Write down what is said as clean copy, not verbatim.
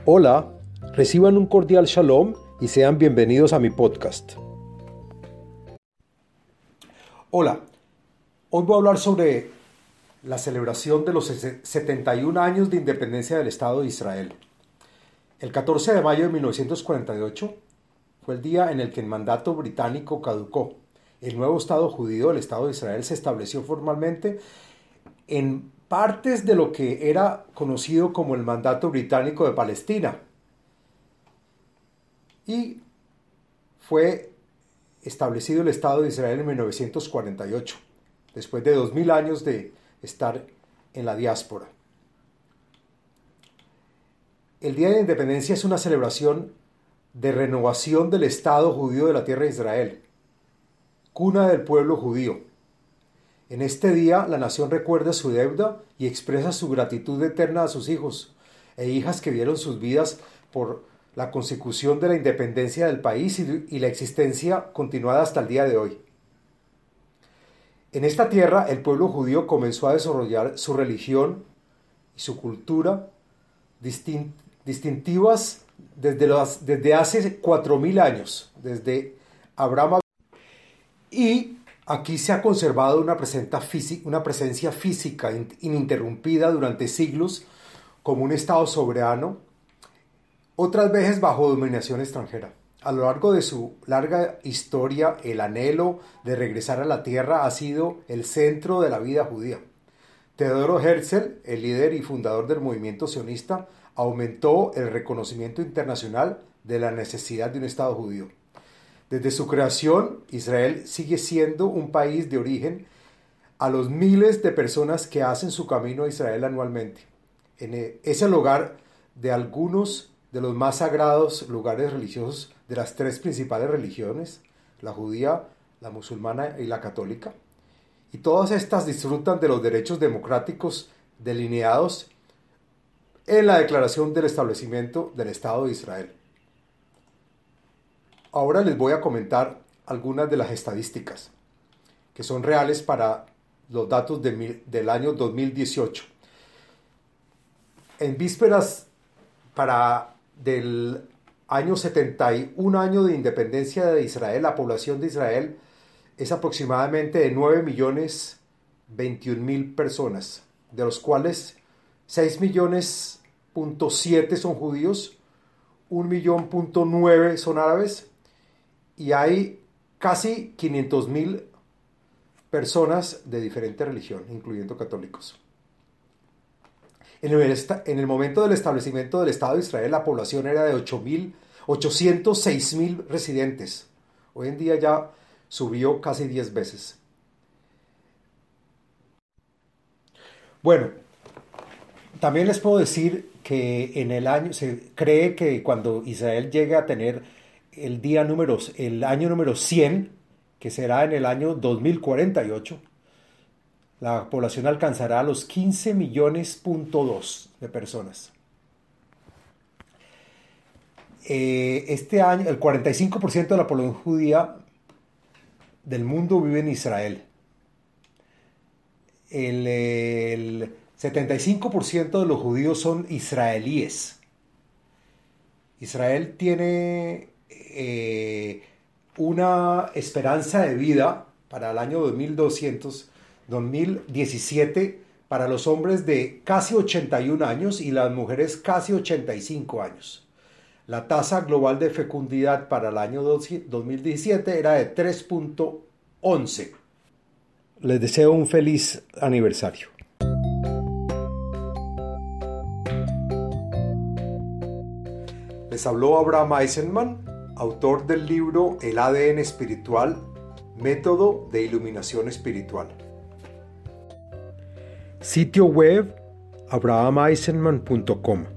Hola, reciban un cordial shalom y sean bienvenidos a mi podcast. Hola, hoy voy a hablar sobre la celebración de los 71 años de independencia del Estado de Israel. El 14 de mayo de 1948 fue el día en el que el mandato británico caducó. El nuevo Estado judío, el Estado de Israel, se estableció formalmente en partes de lo que era conocido como el mandato británico de Palestina. Y fue establecido el Estado de Israel en 1948, después de 2000 años de estar en la diáspora. El Día de la Independencia es una celebración de renovación del Estado judío de la tierra de Israel, cuna del pueblo judío. En este día la nación recuerda su deuda y expresa su gratitud eterna a sus hijos e hijas que dieron sus vidas por la consecución de la independencia del país y la existencia continuada hasta el día de hoy. En esta tierra el pueblo judío comenzó a desarrollar su religión y su cultura distintivas desde hace 4000 años, desde Abraham, y aquí se ha conservado una presencia física ininterrumpida durante siglos como un Estado soberano, otras veces bajo dominación extranjera. A lo largo de su larga historia, el anhelo de regresar a la tierra ha sido el centro de la vida judía. Teodoro Herzl, el líder y fundador del movimiento sionista, aumentó el reconocimiento internacional de la necesidad de un Estado judío. Desde su creación, Israel sigue siendo un país de origen a los miles de personas que hacen su camino a Israel anualmente. Es el hogar de algunos de los más sagrados lugares religiosos de las tres principales religiones, la judía, la musulmana y la católica. Y todas estas disfrutan de los derechos democráticos delineados en la declaración del establecimiento del Estado de Israel. Ahora les voy a comentar algunas de las estadísticas que son reales para los datos del año 2018. En vísperas del año 71 año de independencia de Israel, la población de Israel es aproximadamente de 9.021.000 personas, de los cuales 6.700.000 son judíos, 1.900.000 son árabes, y hay casi 500.000 personas de diferente religión, incluyendo católicos. En el momento del establecimiento del Estado de Israel, la población era de 806.000 residentes. Hoy en día ya subió casi 10 veces. Bueno, también les puedo decir que se cree que cuando Israel llegue a tener el año número 100, que será en el año 2048, la población alcanzará los 15 millones de personas. Este año, el 45% de la población judía del mundo vive en Israel. El 75% de los judíos son israelíes. Israel tiene una esperanza de vida para el año 2017 para los hombres de casi 81 años y las mujeres casi 85 años. La tasa global de fecundidad para el año 2017 era de 3.11. Les deseo un feliz aniversario. Les habló Abraham Eisenman, autor del libro El ADN espiritual, método de iluminación espiritual. Sitio web abrahameisenman.com.